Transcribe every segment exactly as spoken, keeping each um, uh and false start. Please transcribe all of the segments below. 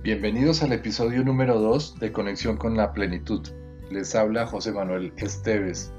Bienvenidos al episodio número dos de Conexión con la Plenitud. Les habla José Manuel Esteves.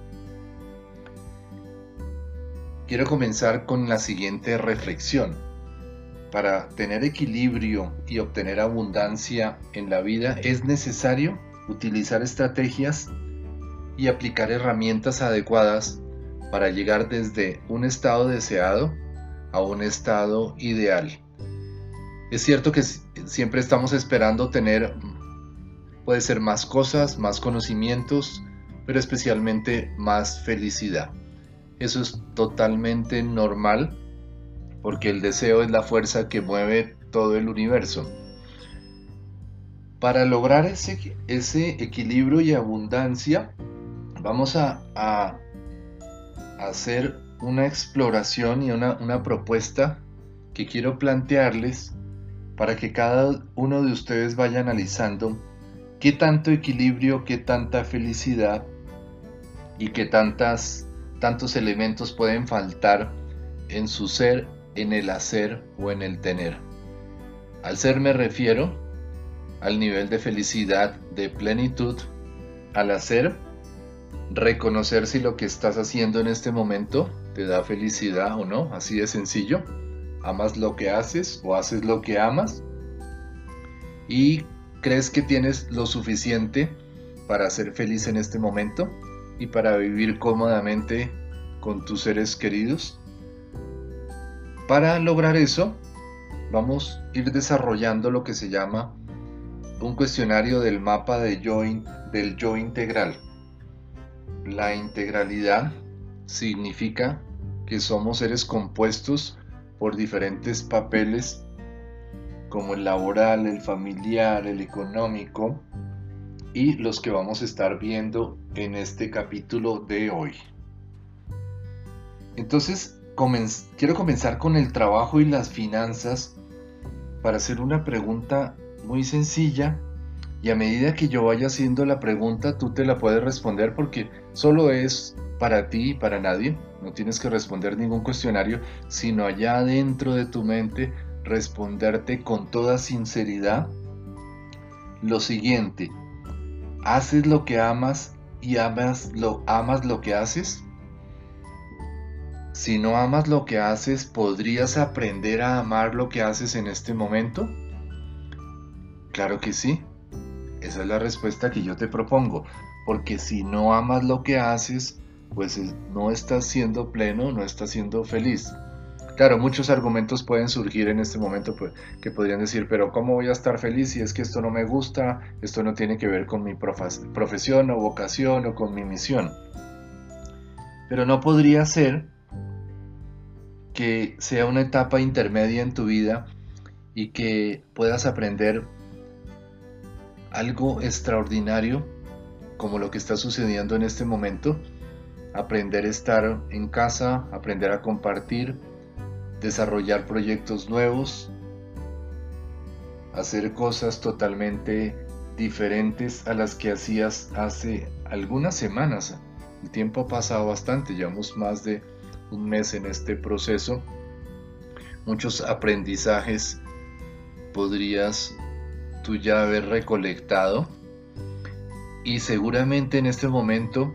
Quiero comenzar con la siguiente reflexión. Para tener equilibrio y obtener abundancia en la vida es necesario utilizar estrategias y aplicar herramientas adecuadas para llegar desde un estado deseado a un estado ideal. Es cierto que siempre estamos esperando tener, puede ser más cosas, más conocimientos, pero especialmente más felicidad. Eso es totalmente normal, porque el deseo es la fuerza que mueve todo el universo. Para lograr ese, ese equilibrio y abundancia, vamos a, a, a hacer una exploración y una, una propuesta que quiero plantearles para que cada uno de ustedes vaya analizando qué tanto equilibrio, qué tanta felicidad y qué tantas, tantos elementos pueden faltar en su ser, en el hacer o en el tener. Al ser me refiero al nivel de felicidad, de plenitud. Al hacer, reconocer si lo que estás haciendo en este momento te da felicidad o no, así de sencillo. ¿Amas lo que haces o haces lo que amas? ¿Y crees que tienes lo suficiente para ser feliz en este momento y para vivir cómodamente con tus seres queridos? Para lograr eso, vamos a ir desarrollando lo que se llama un cuestionario del mapa de yo, del yo integral. La integralidad significa que somos seres compuestos por diferentes papeles como el laboral, el familiar, el económico y los que vamos a estar viendo en este capítulo de hoy. Entonces, comenz- quiero comenzar con el trabajo y las finanzas para hacer una pregunta muy sencilla, y a medida que yo vaya haciendo la pregunta tú te la puedes responder, porque solo es para ti y para nadie. No tienes que responder ningún cuestionario, sino allá dentro de tu mente responderte con toda sinceridad lo siguiente: ¿haces lo que amas y amas lo, amas lo que haces? Si no amas lo que haces, ¿podrías aprender a amar lo que haces en este momento? Claro que sí. Esa es la respuesta que yo te propongo, porque si no amas lo que haces, pues no estás siendo pleno, no estás siendo feliz. Claro, muchos argumentos pueden surgir en este momento pues, que podrían decir, pero ¿cómo voy a estar feliz si es que esto no me gusta, esto no tiene que ver con mi profesión o vocación o con mi misión? Pero no podría ser que sea una etapa intermedia en tu vida y que puedas aprender algo extraordinario como lo que está sucediendo en este momento, aprender a estar en casa, aprender a compartir, desarrollar proyectos nuevos, hacer cosas totalmente diferentes a las que hacías hace algunas semanas. El tiempo ha pasado bastante, llevamos más de un mes en este proceso. Muchos aprendizajes podrías tú ya haber recolectado, y seguramente en este momento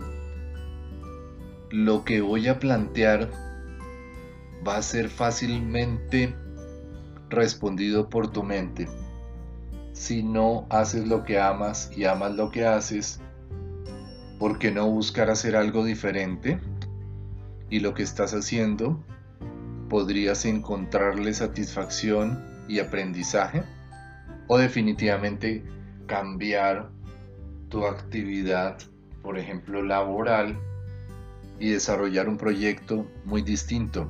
lo que voy a plantear va a ser fácilmente respondido por tu mente. Si no haces lo que amas y amas lo que haces, ¿por qué no buscar hacer algo diferente? Y lo que estás haciendo, ¿podrías encontrarle satisfacción y aprendizaje? O definitivamente cambiar tu actividad, por ejemplo laboral, y desarrollar un proyecto muy distinto.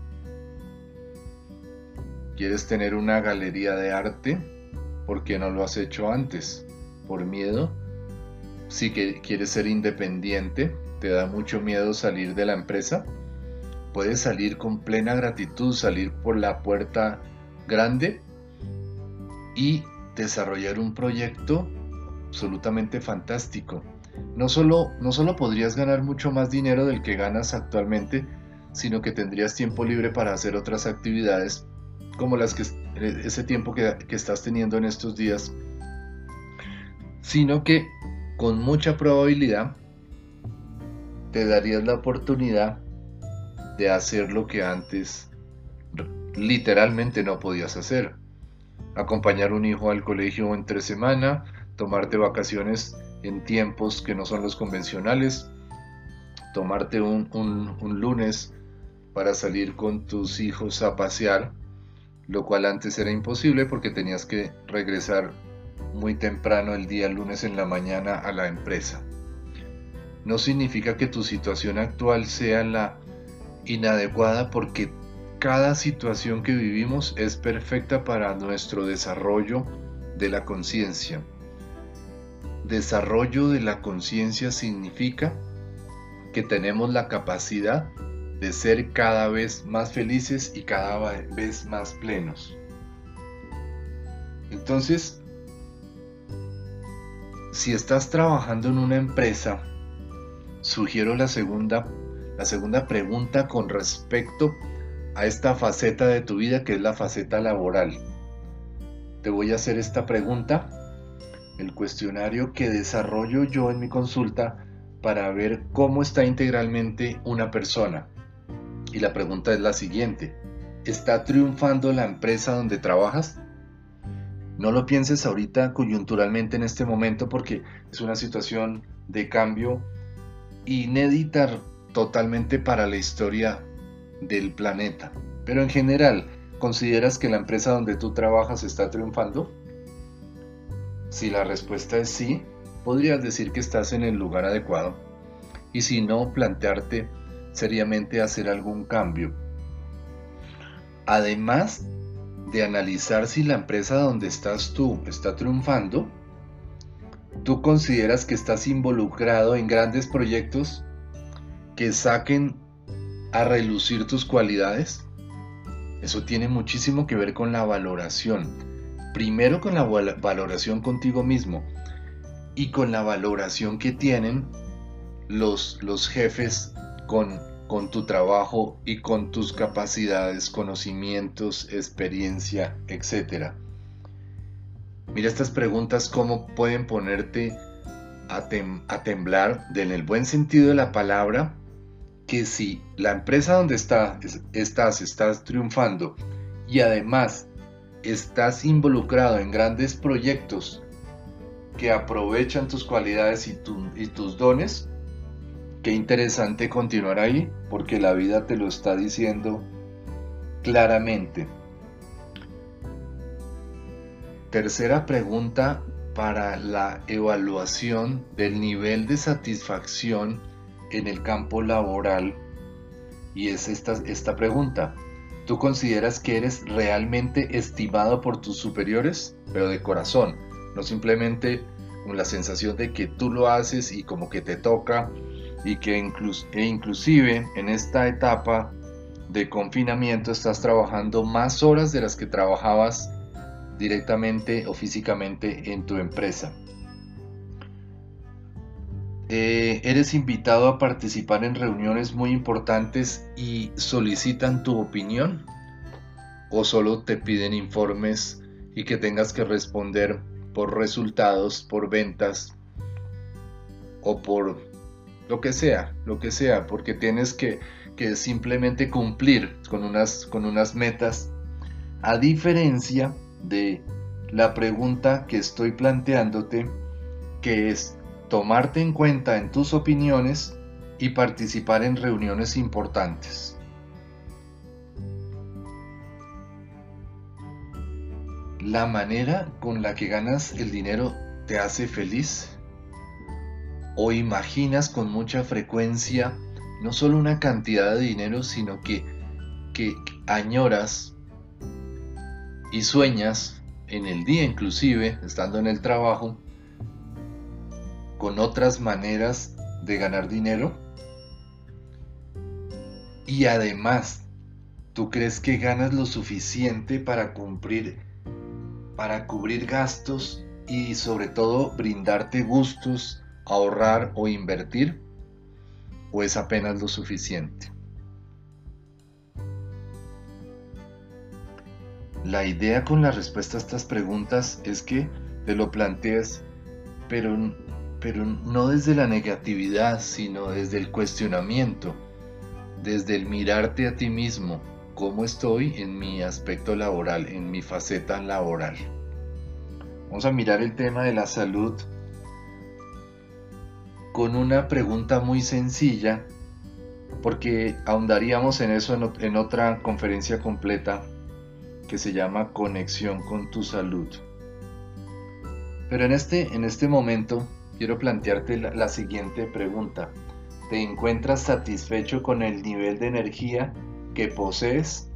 ¿Quieres tener una galería de arte? ¿Por qué no lo has hecho antes? ¿Por miedo? Si que quieres ser independiente, ¿te da mucho miedo salir de la empresa? Puedes salir con plena gratitud, salir por la puerta grande y desarrollar un proyecto absolutamente fantástico. No solo, no solo podrías ganar mucho más dinero del que ganas actualmente, sino que tendrías tiempo libre para hacer otras actividades como las que ese tiempo que, que estás teniendo en estos días sino que con mucha probabilidad te darías la oportunidad de hacer lo que antes literalmente no podías hacer. Acompañar a un hijo al colegio entre semana, tomarte vacaciones en tiempos que no son los convencionales, tomarte un, un, un lunes para salir con tus hijos a pasear, lo cual antes era imposible porque tenías que regresar muy temprano el día lunes en la mañana a la empresa. No significa que tu situación actual sea la inadecuada, porque cada situación que vivimos es perfecta para nuestro desarrollo de la conciencia. Desarrollo de la conciencia significa que tenemos la capacidad de ser cada vez más felices y cada vez más plenos. Entonces, si estás trabajando en una empresa, sugiero la segunda, la segunda pregunta con respecto a esta faceta de tu vida, que es la faceta laboral. Te voy a hacer esta pregunta, el cuestionario que desarrollo yo en mi consulta para ver cómo está integralmente una persona. Y la pregunta es la siguiente: ¿está triunfando la empresa donde trabajas? No lo pienses ahorita coyunturalmente en este momento, porque es una situación de cambio inédita totalmente para la historia del planeta. Pero en general, ¿consideras que la empresa donde tú trabajas está triunfando? Si la respuesta es sí, podrías decir que estás en el lugar adecuado. Y si no, plantearte seriamente hacer algún cambio. Además de analizar si la empresa donde estás tú está triunfando, ¿tú consideras que estás involucrado en grandes proyectos que saquen a relucir tus cualidades? Eso tiene muchísimo que ver con la valoración. Primero con la valoración contigo mismo y con la valoración que tienen los, los jefes con, con tu trabajo y con tus capacidades, conocimientos, experiencia, etcétera. Mira estas preguntas cómo pueden ponerte a, tem a temblar, en el buen sentido de la palabra, que si la empresa donde está, estás, estás triunfando y además estás involucrado en grandes proyectos que aprovechan tus cualidades y, tu, y tus dones, qué interesante continuar ahí, porque la vida te lo está diciendo claramente. Tercera pregunta para la evaluación del nivel de satisfacción en el campo laboral, y es esta, esta pregunta: ¿tú consideras que eres realmente estimado por tus superiores? Pero de corazón, no simplemente con la sensación de que tú lo haces y como que te toca, y que inclus e inclusive en esta etapa de confinamiento estás trabajando más horas de las que trabajabas directamente o físicamente en tu empresa. Eh, eres invitado a participar en reuniones muy importantes y solicitan tu opinión, o solo te piden informes y que tengas que responder por resultados, por ventas o por lo que sea, lo que sea, porque tienes que, que simplemente cumplir con unas, con unas metas, a diferencia de la pregunta que estoy planteándote, que es tomarte en cuenta en tus opiniones y participar en reuniones importantes. ¿La manera con la que ganas el dinero te hace feliz? ¿O imaginas con mucha frecuencia no solo una cantidad de dinero, sino que, que añoras y sueñas en el día, inclusive estando en el trabajo, con otras maneras de ganar dinero? Y además, ¿tú crees que ganas lo suficiente para cumplir, para cubrir gastos y sobre todo brindarte gustos, ahorrar o invertir? ¿O es apenas lo suficiente? La idea con la respuesta a estas preguntas es que te lo plantees pero, pero no desde la negatividad, sino desde el cuestionamiento, desde el mirarte a ti mismo, cómo estoy en mi aspecto laboral, en mi faceta laboral. Vamos a mirar el tema de la salud con una pregunta muy sencilla, porque ahondaríamos en eso en, en otra conferencia completa que se llama Conexión con tu salud. Pero en este, en este momento quiero plantearte la, la siguiente pregunta. ¿Te encuentras satisfecho con el nivel de energía que posees?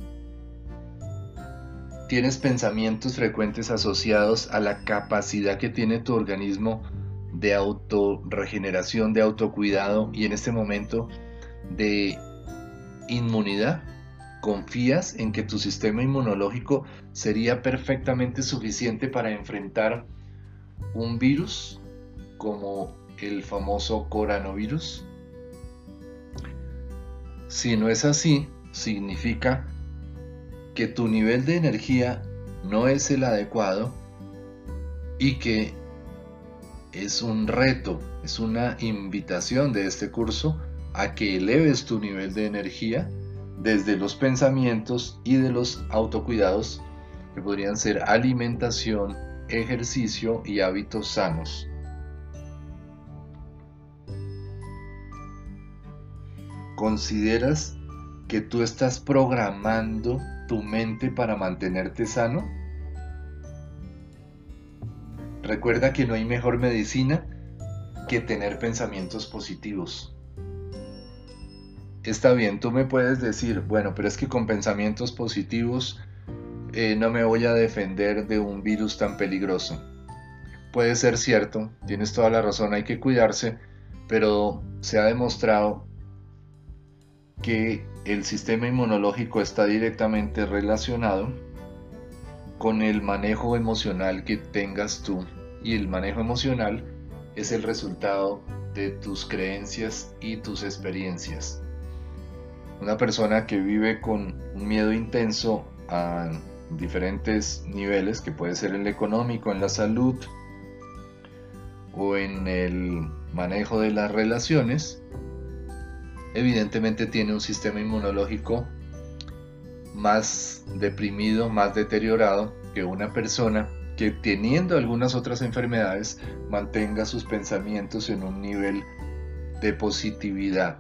¿Tienes pensamientos frecuentes asociados a la capacidad que tiene tu organismo de autorregeneración, de autocuidado y en este momento de inmunidad? ¿Confías en que tu sistema inmunológico sería perfectamente suficiente para enfrentar un virus como el famoso coronavirus? Si no es así, significa que tu nivel de energía no es el adecuado y que es un reto, es una invitación de este curso a que eleves tu nivel de energía desde los pensamientos y de los autocuidados que podrían ser alimentación, ejercicio y hábitos sanos. ¿Consideras que tú estás programando tu mente para mantenerte sano? Recuerda que no hay mejor medicina que tener pensamientos positivos. Está bien, tú me puedes decir, bueno, pero es que con pensamientos positivos eh, no me voy a defender de un virus tan peligroso. Puede ser cierto, tienes toda la razón, hay que cuidarse, pero se ha demostrado que el sistema inmunológico está directamente relacionado con el manejo emocional que tengas tú, y el manejo emocional es el resultado de tus creencias y tus experiencias. Una persona que vive con un miedo intenso a diferentes niveles, que puede ser el económico, en la salud o en el manejo de las relaciones, evidentemente tiene un sistema inmunológico más deprimido, más deteriorado que una persona que, teniendo algunas otras enfermedades, mantenga sus pensamientos en un nivel de positividad.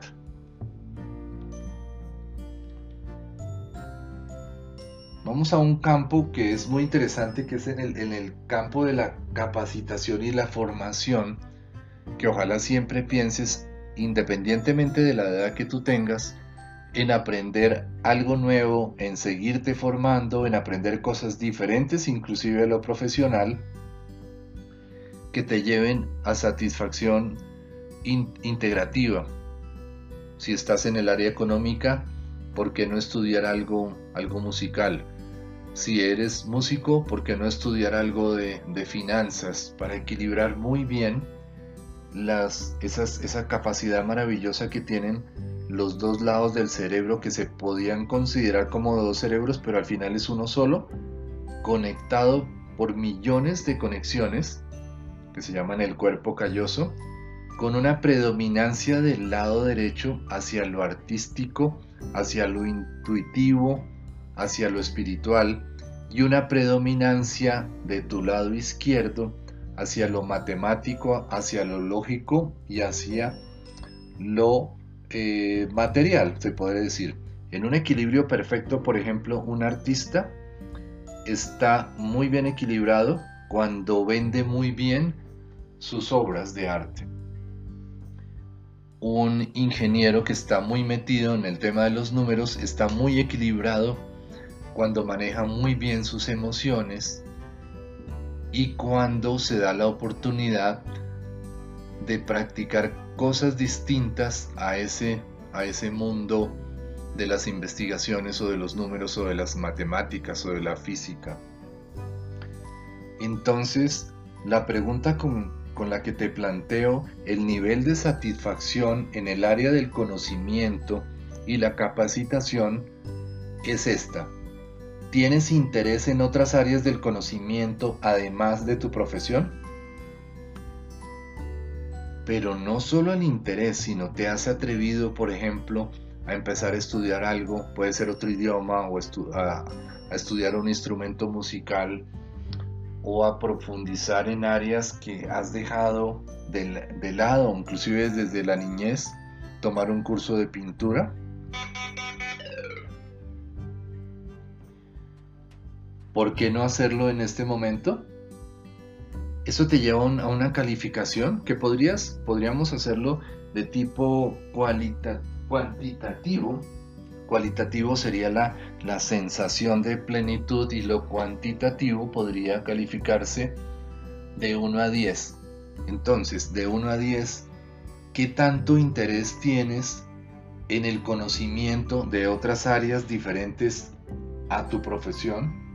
Vamos a un campo que es muy interesante, que es en el, en el campo de la capacitación y la formación, que ojalá siempre pienses, independientemente de la edad que tú tengas, en aprender algo nuevo, en seguirte formando, en aprender cosas diferentes, inclusive a lo profesional, que te lleven a satisfacción in- integrativa. Si estás en el área económica, ¿por qué no estudiar algo, algo musical? Si eres músico, ¿por qué no estudiar algo de, de finanzas para equilibrar muy bien las, esas, esa capacidad maravillosa que tienen los dos lados del cerebro, que se podían considerar como dos cerebros, pero al final es uno solo, conectado por millones de conexiones, que se llaman el cuerpo calloso, con una predominancia del lado derecho hacia lo artístico, hacia lo intuitivo, hacia lo espiritual, y una predominancia de tu lado izquierdo hacia lo matemático, hacia lo lógico y hacia lo eh, material, se podría decir. En un equilibrio perfecto, por ejemplo, un artista está muy bien equilibrado cuando vende muy bien sus obras de arte. Un ingeniero que está muy metido en el tema de los números está muy equilibrado cuando maneja muy bien sus emociones y cuando se da la oportunidad de practicar cosas distintas a ese, a ese mundo de las investigaciones o de los números o de las matemáticas o de la física. Entonces, la pregunta con, con la que te planteo el nivel de satisfacción en el área del conocimiento y la capacitación es esta. ¿Tienes interés en otras áreas del conocimiento además de tu profesión? pero no solo el interés, sino te has atrevido, por ejemplo, a empezar a estudiar algo, puede ser otro idioma o estu a, a estudiar un instrumento musical o a profundizar en áreas que has dejado de, de lado, inclusive desde la niñez, tomar un curso de pintura. ¿Por qué no hacerlo en este momento? Eso te lleva a una calificación que podrías, podríamos hacerlo de tipo cualita, cuantitativo. Cualitativo sería la, la sensación de plenitud y lo cuantitativo podría calificarse de uno a diez. Entonces, de uno a diez, ¿qué tanto interés tienes en el conocimiento de otras áreas diferentes a tu profesión?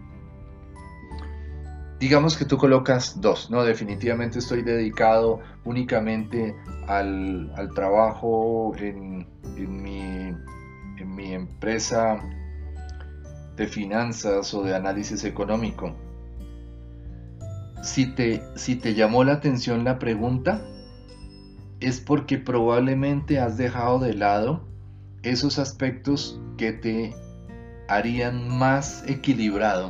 Digamos que tú colocas dos, no, definitivamente estoy dedicado únicamente al, al trabajo en, en, mi, en mi empresa de finanzas o de análisis económico. Si te, si te llamó la atención la pregunta, es porque probablemente has dejado de lado esos aspectos que te harían más equilibrado,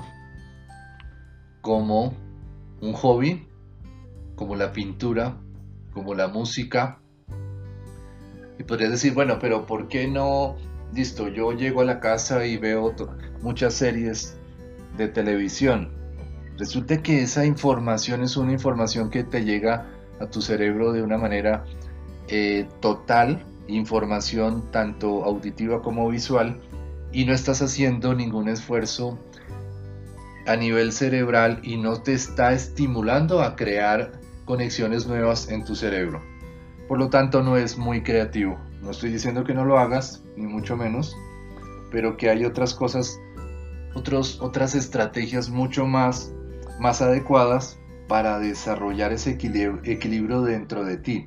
como un hobby, como la pintura, como la música. Y podrías decir, bueno, pero ¿por qué no? Listo, yo llego a la casa y veo muchas series de televisión. Resulta que esa información es una información que te llega a tu cerebro de una manera eh, total, información tanto auditiva como visual, y no estás haciendo ningún esfuerzo a nivel cerebral y no te está estimulando a crear conexiones nuevas en tu cerebro. Por lo tanto, no es muy creativo. No estoy diciendo que no lo hagas, ni mucho menos, pero que hay otras cosas, otros, otras estrategias mucho más, más adecuadas para desarrollar ese equilibrio, equilibrio dentro de ti.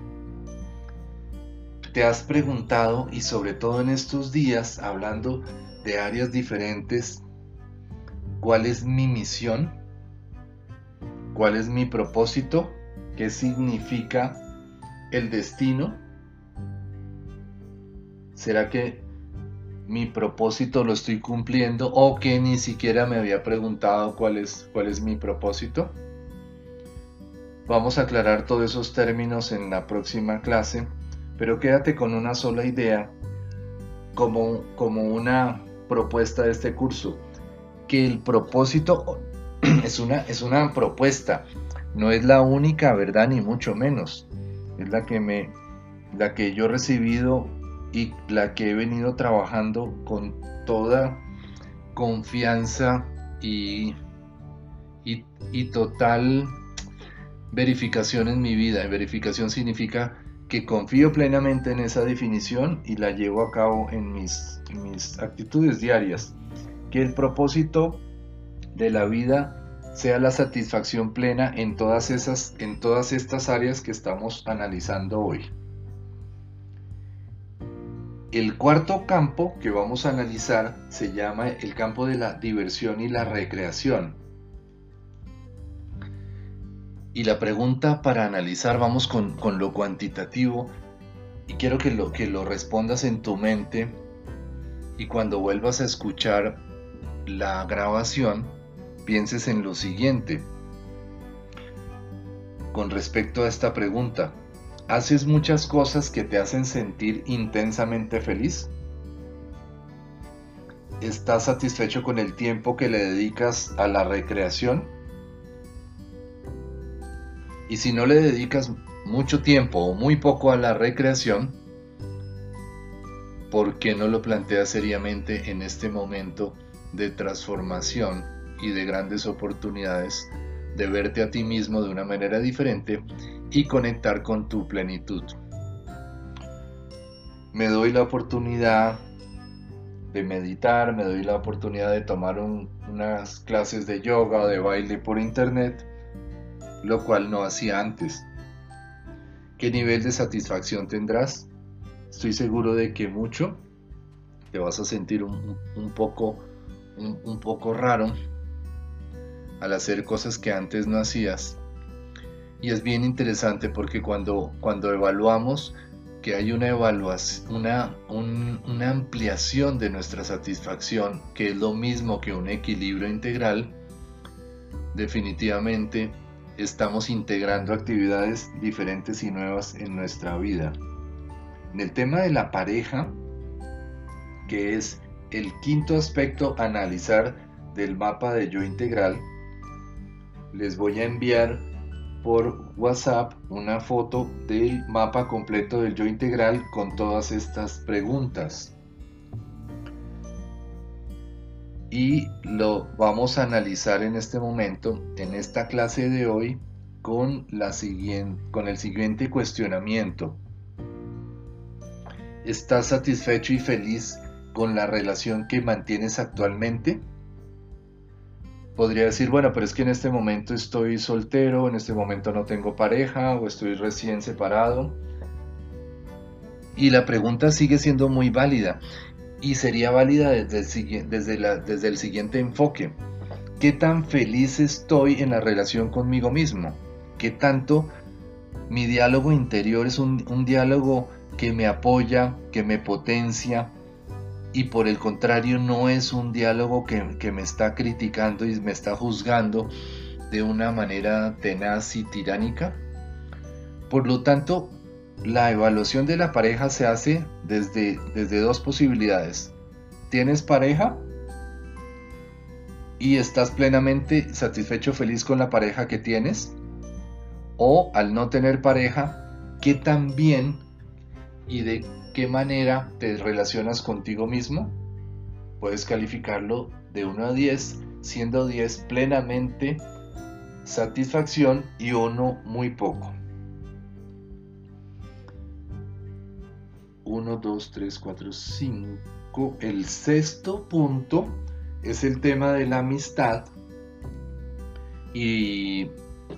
¿Te has preguntado, y sobre todo en estos días, hablando de áreas diferentes, cuál es mi misión? ¿Cuál es mi propósito? ¿Qué significa el destino? ¿Será que mi propósito lo estoy cumpliendo o que ni siquiera me había preguntado cuál es, cuál es mi propósito? Vamos a aclarar todos esos términos en la próxima clase, pero quédate con una sola idea como, como una propuesta de este curso, que el propósito es una, es una propuesta, no es la única verdad ni mucho menos, es la que, me, la que yo he recibido y la que he venido trabajando con toda confianza y, y, y total verificación en mi vida. Y verificación significa que confío plenamente en esa definición y la llevo a cabo en mis, en mis actitudes diarias. Que el propósito de la vida sea la satisfacción plena en todas esas, en todas estas áreas que estamos analizando hoy. El cuarto campo que vamos a analizar se llama el campo de la diversión y la recreación. Y la pregunta para analizar, vamos con, con lo cuantitativo, y quiero que lo, que lo respondas en tu mente, y cuando vuelvas a escuchar la grabación, pienses en lo siguiente. Con respecto a esta pregunta, ¿haces muchas cosas que te hacen sentir intensamente feliz? ¿Estás satisfecho con el tiempo que le dedicas a la recreación? Y si no le dedicas mucho tiempo o muy poco a la recreación, ¿por qué no lo planteas seriamente en este momento de transformación y de grandes oportunidades de verte a ti mismo de una manera diferente y conectar con tu plenitud? Me doy la oportunidad de meditar, me doy la oportunidad de tomar un, unas clases de yoga o de baile por internet, lo cual no hacía antes. ¿Qué nivel de satisfacción tendrás? Estoy seguro de que mucho. Te vas a sentir un, un, poco, un, un poco raro al hacer cosas que antes no hacías. Y es bien interesante porque cuando, cuando evaluamos que hay una evaluación, una, un, una ampliación de nuestra satisfacción, que es lo mismo que un equilibrio integral, definitivamente estamos integrando actividades diferentes y nuevas en nuestra vida. En el tema de la pareja, que es el quinto aspecto a analizar del mapa de yo integral, les voy a enviar por WhatsApp una foto del mapa completo del yo integral con todas estas preguntas. Y lo vamos a analizar en este momento, en esta clase de hoy, con, la siguiente, con el siguiente cuestionamiento. ¿Estás satisfecho y feliz con la relación que mantienes actualmente? Podría decir, bueno, pero es que en este momento estoy soltero, en este momento no tengo pareja o estoy recién separado. Y la pregunta sigue siendo muy válida y sería válida desde el, desde la, desde el siguiente enfoque. ¿Qué tan feliz estoy en la relación conmigo mismo? ¿Qué tanto mi diálogo interior es un, un diálogo que me apoya, que me potencia? Y por el contrario no es un diálogo que, que me está criticando y me está juzgando de una manera tenaz y tiránica. Por lo tanto, la evaluación de la pareja se hace desde, desde dos posibilidades. ¿Tienes pareja? ¿Y estás plenamente satisfecho, feliz con la pareja que tienes? O al no tener pareja, ¿qué tan bien y de qué manera te relacionas contigo mismo? Puedes calificarlo de uno a diez, siendo diez plenamente satisfacción y uno muy poco. uno, dos, tres, cuatro, cinco. El sexto punto es el tema de la amistad. Y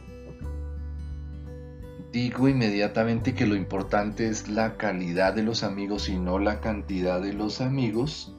digo inmediatamente que lo importante es la calidad de los amigos y no la cantidad de los amigos.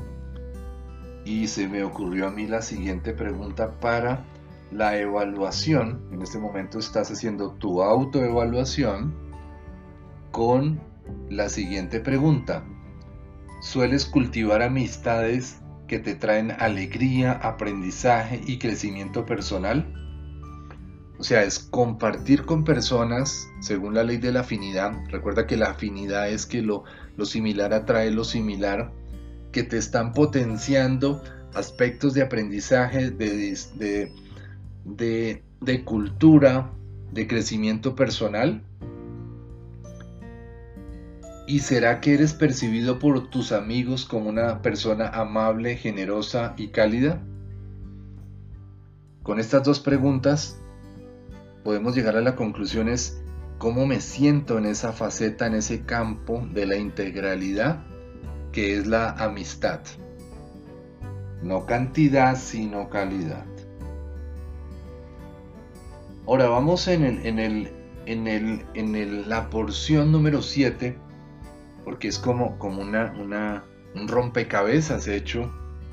Y se me ocurrió a mí la siguiente pregunta para la evaluación. En este momento estás haciendo tu autoevaluación con la siguiente pregunta. ¿Sueles cultivar amistades que te traen alegría, aprendizaje y crecimiento personal? O sea, es compartir con personas según la ley de la afinidad. Recuerda que la afinidad es que lo, lo similar atrae lo similar, que te están potenciando aspectos de aprendizaje, de, de, de, de cultura, de crecimiento personal. ¿Y será que eres percibido por tus amigos como una persona amable, generosa y cálida? Con estas dos preguntas podemos llegar a la conclusión es cómo me siento en esa faceta, en ese campo de la integralidad que es la amistad. No cantidad, sino calidad. Ahora vamos en, el, en, el, en, el, en el, la porción número siete, porque es como, como una, una, un rompecabezas hecho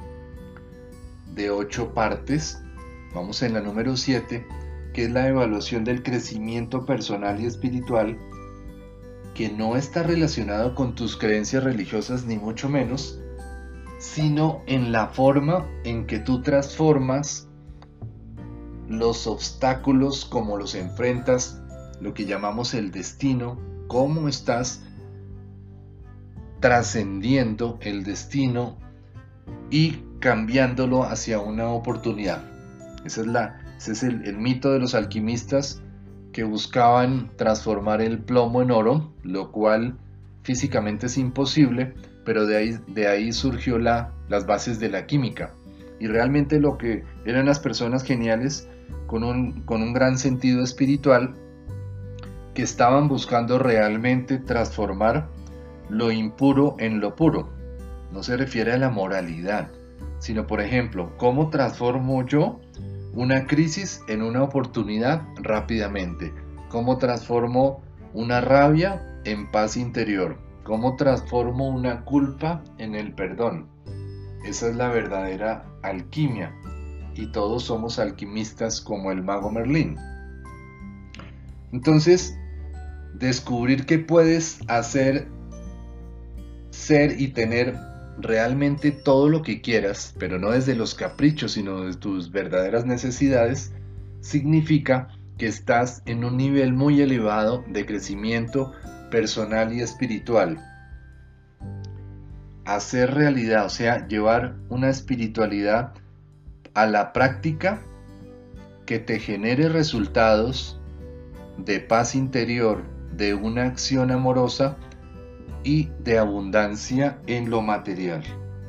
de ocho partes. Vamos en la número siete, que es la evaluación del crecimiento personal y espiritual, que no está relacionado con tus creencias religiosas ni mucho menos, sino en la forma en que tú transformas los obstáculos, como los enfrentas, lo que llamamos el destino, cómo estás trascendiendo el destino y cambiándolo hacia una oportunidad. Esa es la, ese es el, el mito de los alquimistas que buscaban transformar el plomo en oro, lo cual físicamente es imposible, pero de ahí, de ahí surgió la, las bases de la química. Y realmente lo que eran las personas geniales con un, con un gran sentido espiritual, que estaban buscando realmente transformar lo impuro en lo puro. No se refiere a la moralidad, sino, por ejemplo, ¿cómo transformo yo una crisis en una oportunidad rápidamente? ¿Cómo transformo una rabia en paz interior? ¿Cómo transformo una culpa en el perdón? Esa es la verdadera alquimia, y todos somos alquimistas como el mago Merlín. Entonces, descubrir que puedes hacer, ser y tener realmente todo lo que quieras, pero no desde los caprichos, sino de tus verdaderas necesidades, significa que estás en un nivel muy elevado de crecimiento personal y espiritual. Hacer realidad, o sea, llevar una espiritualidad a la práctica que te genere resultados de paz interior, de una acción amorosa y de abundancia en lo material.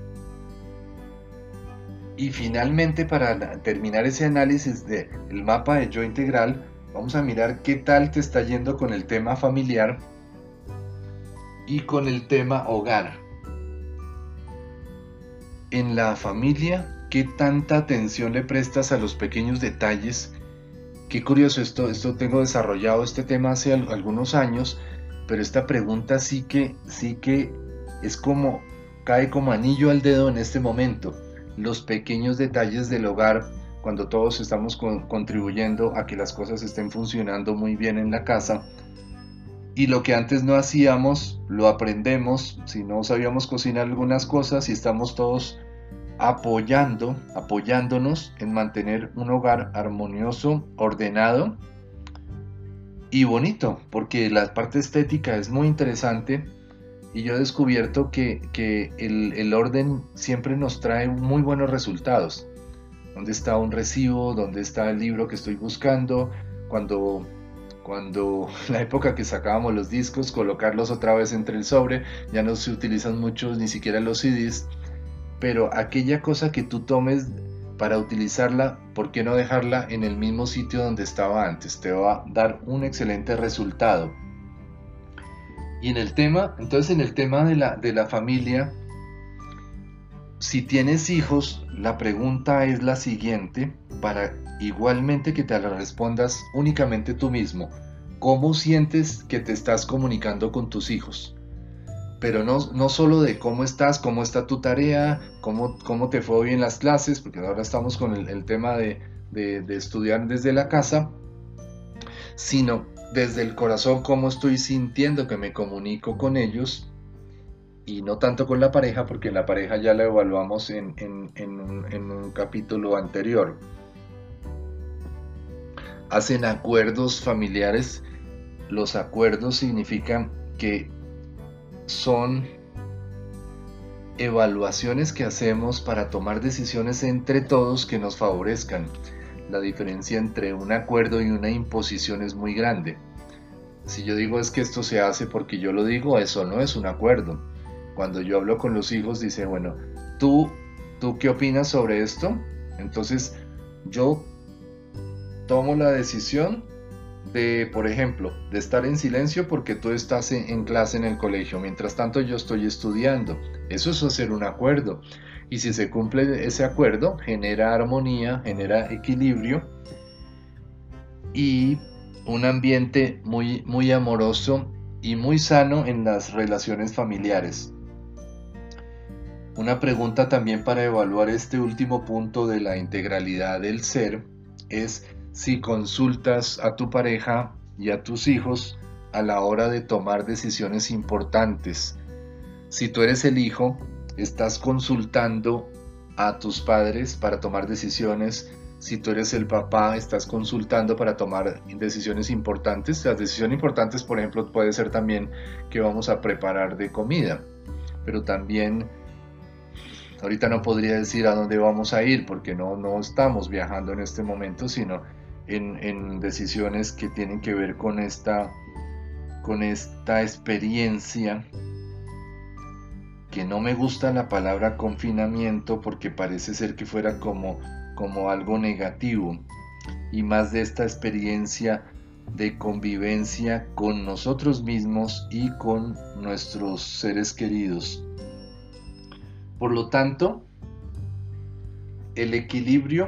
Y finalmente, para terminar ese análisis del mapa de yo integral, vamos a mirar qué tal te está yendo con el tema familiar y con el tema hogar. En la familia, ¿qué tanta atención le prestas a los pequeños detalles? Qué curioso, esto, esto tengo desarrollado este tema hace algunos años, pero esta pregunta sí que, sí que es como, cae como anillo al dedo en este momento. Los pequeños detalles del hogar, cuando todos estamos con, contribuyendo a que las cosas estén funcionando muy bien en la casa, y lo que antes no hacíamos, lo aprendemos. Si no sabíamos cocinar algunas cosas y estamos todos apoyando, apoyándonos en mantener un hogar armonioso, ordenado y bonito, porque la parte estética es muy interesante y yo he descubierto que, que el, el orden siempre nos trae muy buenos resultados. ¿Dónde está un recibo? ¿Dónde está el libro que estoy buscando? Cuando... Cuando la época que sacábamos los discos, colocarlos otra vez entre el sobre, ya no se utilizan muchos, ni siquiera los C Ds, pero aquella cosa que tú tomes para utilizarla, ¿por qué no dejarla en el mismo sitio donde estaba antes? Te va a dar un excelente resultado. Y en el tema, entonces en el tema de la, de la familia, si tienes hijos, la pregunta es la siguiente, para igualmente que te la respondas únicamente tú mismo. ¿Cómo sientes que te estás comunicando con tus hijos? Pero no, no solo de cómo estás, cómo está tu tarea, cómo, cómo te fue hoy en las clases, porque ahora estamos con el, el tema de, de, de estudiar desde la casa, sino desde el corazón, cómo estoy sintiendo que me comunico con ellos, y no tanto con la pareja, porque en la pareja ya la evaluamos en, en, en, un, en un capítulo anterior. Hacen acuerdos familiares. Los acuerdos significan que son evaluaciones que hacemos para tomar decisiones entre todos que nos favorezcan. La diferencia entre un acuerdo y una imposición es muy grande. Si yo digo es que esto se hace porque yo lo digo, eso no es un acuerdo. Cuando yo hablo con los hijos, dice, bueno, ¿tú, ¿tú qué opinas sobre esto? Entonces, yo tomo la decisión de, por ejemplo, de estar en silencio porque tú estás en, en clase en el colegio, mientras tanto yo estoy estudiando. Eso es hacer un acuerdo. Y si se cumple ese acuerdo, genera armonía, genera equilibrio y un ambiente muy, muy amoroso y muy sano en las relaciones familiares. Una pregunta también para evaluar este último punto de la integralidad del ser es si consultas a tu pareja y a tus hijos a la hora de tomar decisiones importantes. Si tú eres el hijo, estás consultando a tus padres para tomar decisiones. Si tú eres el papá, estás consultando para tomar decisiones importantes. Las decisiones importantes, por ejemplo, puede ser también qué vamos a preparar de comida, pero también ahorita no podría decir a dónde vamos a ir porque no, no estamos viajando en este momento, sino en, en decisiones que tienen que ver con esta, con esta experiencia, que no me gusta la palabra confinamiento porque parece ser que fuera como, como algo negativo, y más de esta experiencia de convivencia con nosotros mismos y con nuestros seres queridos. Por lo tanto, el equilibrio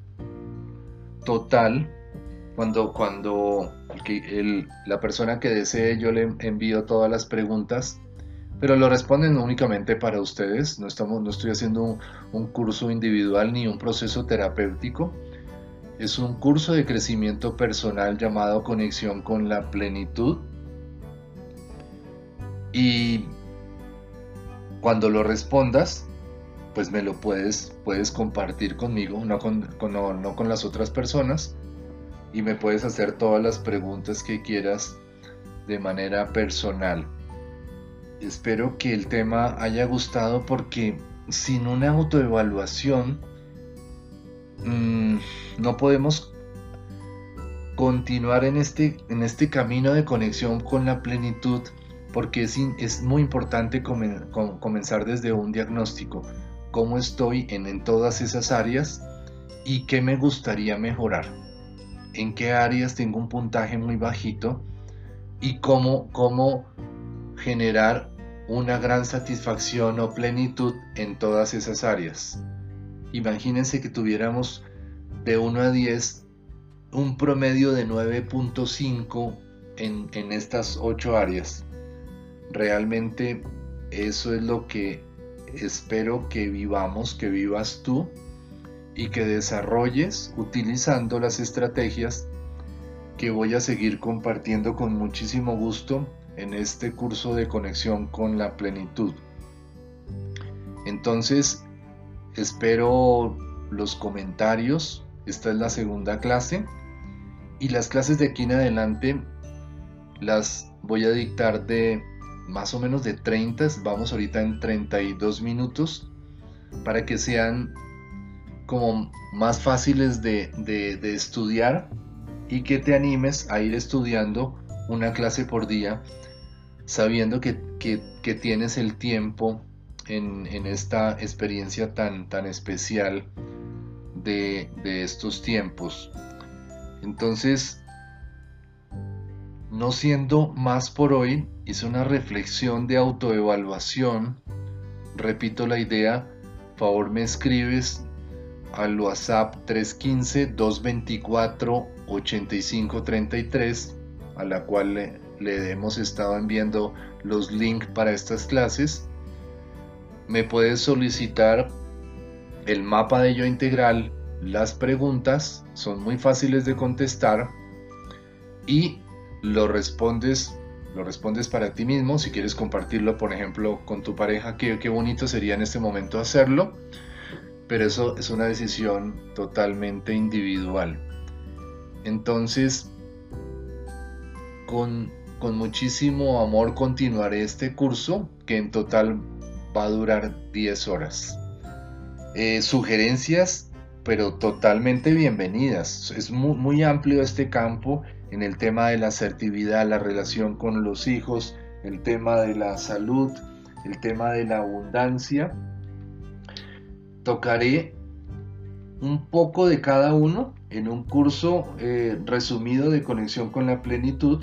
total, cuando, cuando el, el, la persona que desee, yo le envío todas las preguntas, pero lo responden únicamente para ustedes. No, estamos, no estoy haciendo un, un curso individual ni un proceso terapéutico. Es un curso de crecimiento personal llamado Conexión con la Plenitud. Y cuando lo respondas, pues me lo puedes, puedes compartir conmigo, no con, con, no, no con las otras personas, y me puedes hacer todas las preguntas que quieras de manera personal. Espero que el tema haya gustado, porque sin una autoevaluación mmm, no podemos continuar en este, en este camino de conexión con la plenitud, porque es, in, es muy importante comen, com, comenzar desde un diagnóstico. ¿Cómo estoy en, en todas esas áreas y qué me gustaría mejorar? ¿En qué áreas tengo un puntaje muy bajito? Y cómo, cómo generar una gran satisfacción o plenitud en todas esas áreas. Imagínense que tuviéramos de uno a diez un promedio de nueve punto cinco en, en estas ocho áreas. Realmente eso es lo que espero que vivamos, que vivas tú, y que desarrolles utilizando las estrategias que voy a seguir compartiendo con muchísimo gusto en este curso de conexión con la plenitud. Entonces, espero los comentarios. Esta es la segunda clase, y las clases de aquí en adelante las voy a dictar de más o menos de treinta, vamos ahorita en treinta y dos minutos, para que sean como más fáciles de, de, de estudiar, y que te animes a ir estudiando una clase por día, sabiendo que, que, que tienes el tiempo en, en esta experiencia tan, tan especial de, de estos tiempos. Entonces, no siendo más por hoy, hice una reflexión de autoevaluación. Repito la idea, por favor me escribes al WhatsApp tres uno cinco, dos dos cuatro, ocho cinco tres tres, a la cual le, le hemos estado enviando los links para estas clases. Me puedes solicitar el mapa de yo integral, las preguntas, son muy fáciles de contestar, y lo respondes, lo respondes para ti mismo. Si quieres compartirlo, por ejemplo, con tu pareja, qué, qué bonito sería en este momento hacerlo, pero eso es una decisión totalmente individual. Entonces, con, con muchísimo amor continuaré este curso, que en total va a durar diez horas. Eh, sugerencias, pero totalmente bienvenidas. Es muy, muy amplio este campo en el tema de la asertividad, la relación con los hijos, el tema de la salud, el tema de la abundancia. Tocaré un poco de cada uno en un curso eh, resumido de conexión con la plenitud,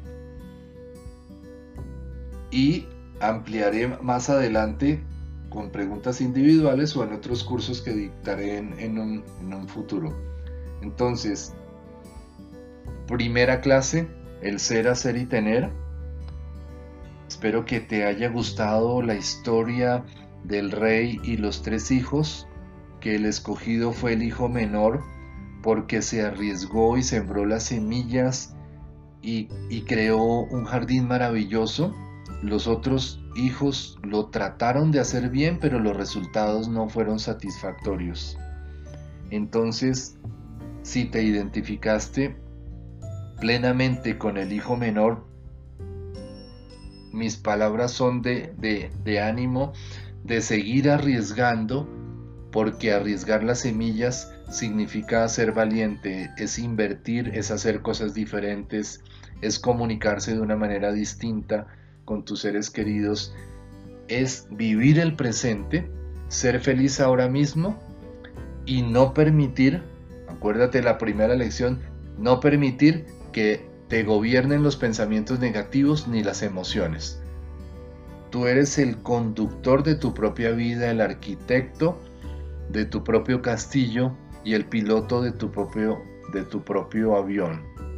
y ampliaré más adelante con preguntas individuales o en otros cursos que dictaré en, en, un, en un futuro. Entonces, primera clase, el ser, hacer y tener. Espero que te haya gustado la historia del rey y los tres hijos, que el escogido fue el hijo menor porque se arriesgó y sembró las semillas y, y creó un jardín maravilloso. Los otros hijos lo trataron de hacer bien, pero los resultados no fueron satisfactorios. Entonces, si te identificaste plenamente con el hijo menor, mis palabras son de, de, de ánimo, de seguir arriesgando, porque arriesgar las semillas significa ser valiente, es invertir, es hacer cosas diferentes, es comunicarse de una manera distinta con tus seres queridos, es vivir el presente, ser feliz ahora mismo y no permitir, acuérdate la primera lección, no permitir que te gobiernen los pensamientos negativos ni las emociones. Tú eres el conductor de tu propia vida, el arquitecto de tu propio castillo y el piloto de tu propio, de tu propio avión.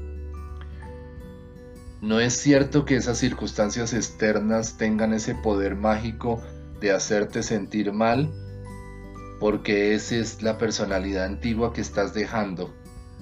No es cierto que esas circunstancias externas tengan ese poder mágico de hacerte sentir mal, porque esa es la personalidad antigua que estás dejando.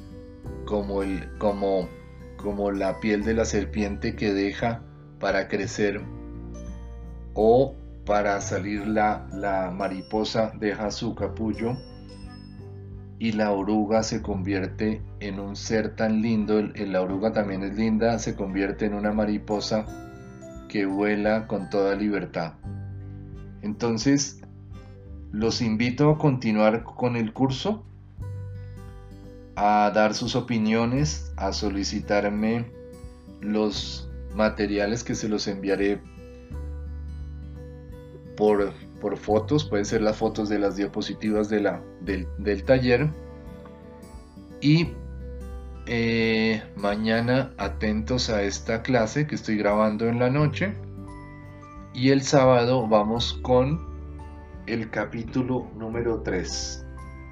como, el, como, como la piel de la serpiente que deja para crecer, o para salir la, la mariposa deja su capullo y la oruga se convierte en un ser tan lindo. El, la oruga también es linda, se convierte en una mariposa que vuela con toda libertad. Entonces, los invito a continuar con el curso, a dar sus opiniones, a solicitarme los materiales que se los enviaré por, por fotos, pueden ser las fotos de las diapositivas de la, del, del taller. Y eh, mañana atentos a esta clase que estoy grabando en la noche, y el sábado vamos con el capítulo número tres.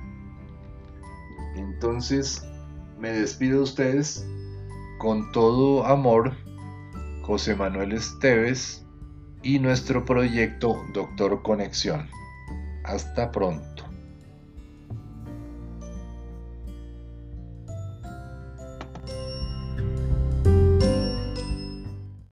Entonces me despido de ustedes con todo amor, José Manuel Esteves y nuestro proyecto Doctor Conexión. Hasta pronto.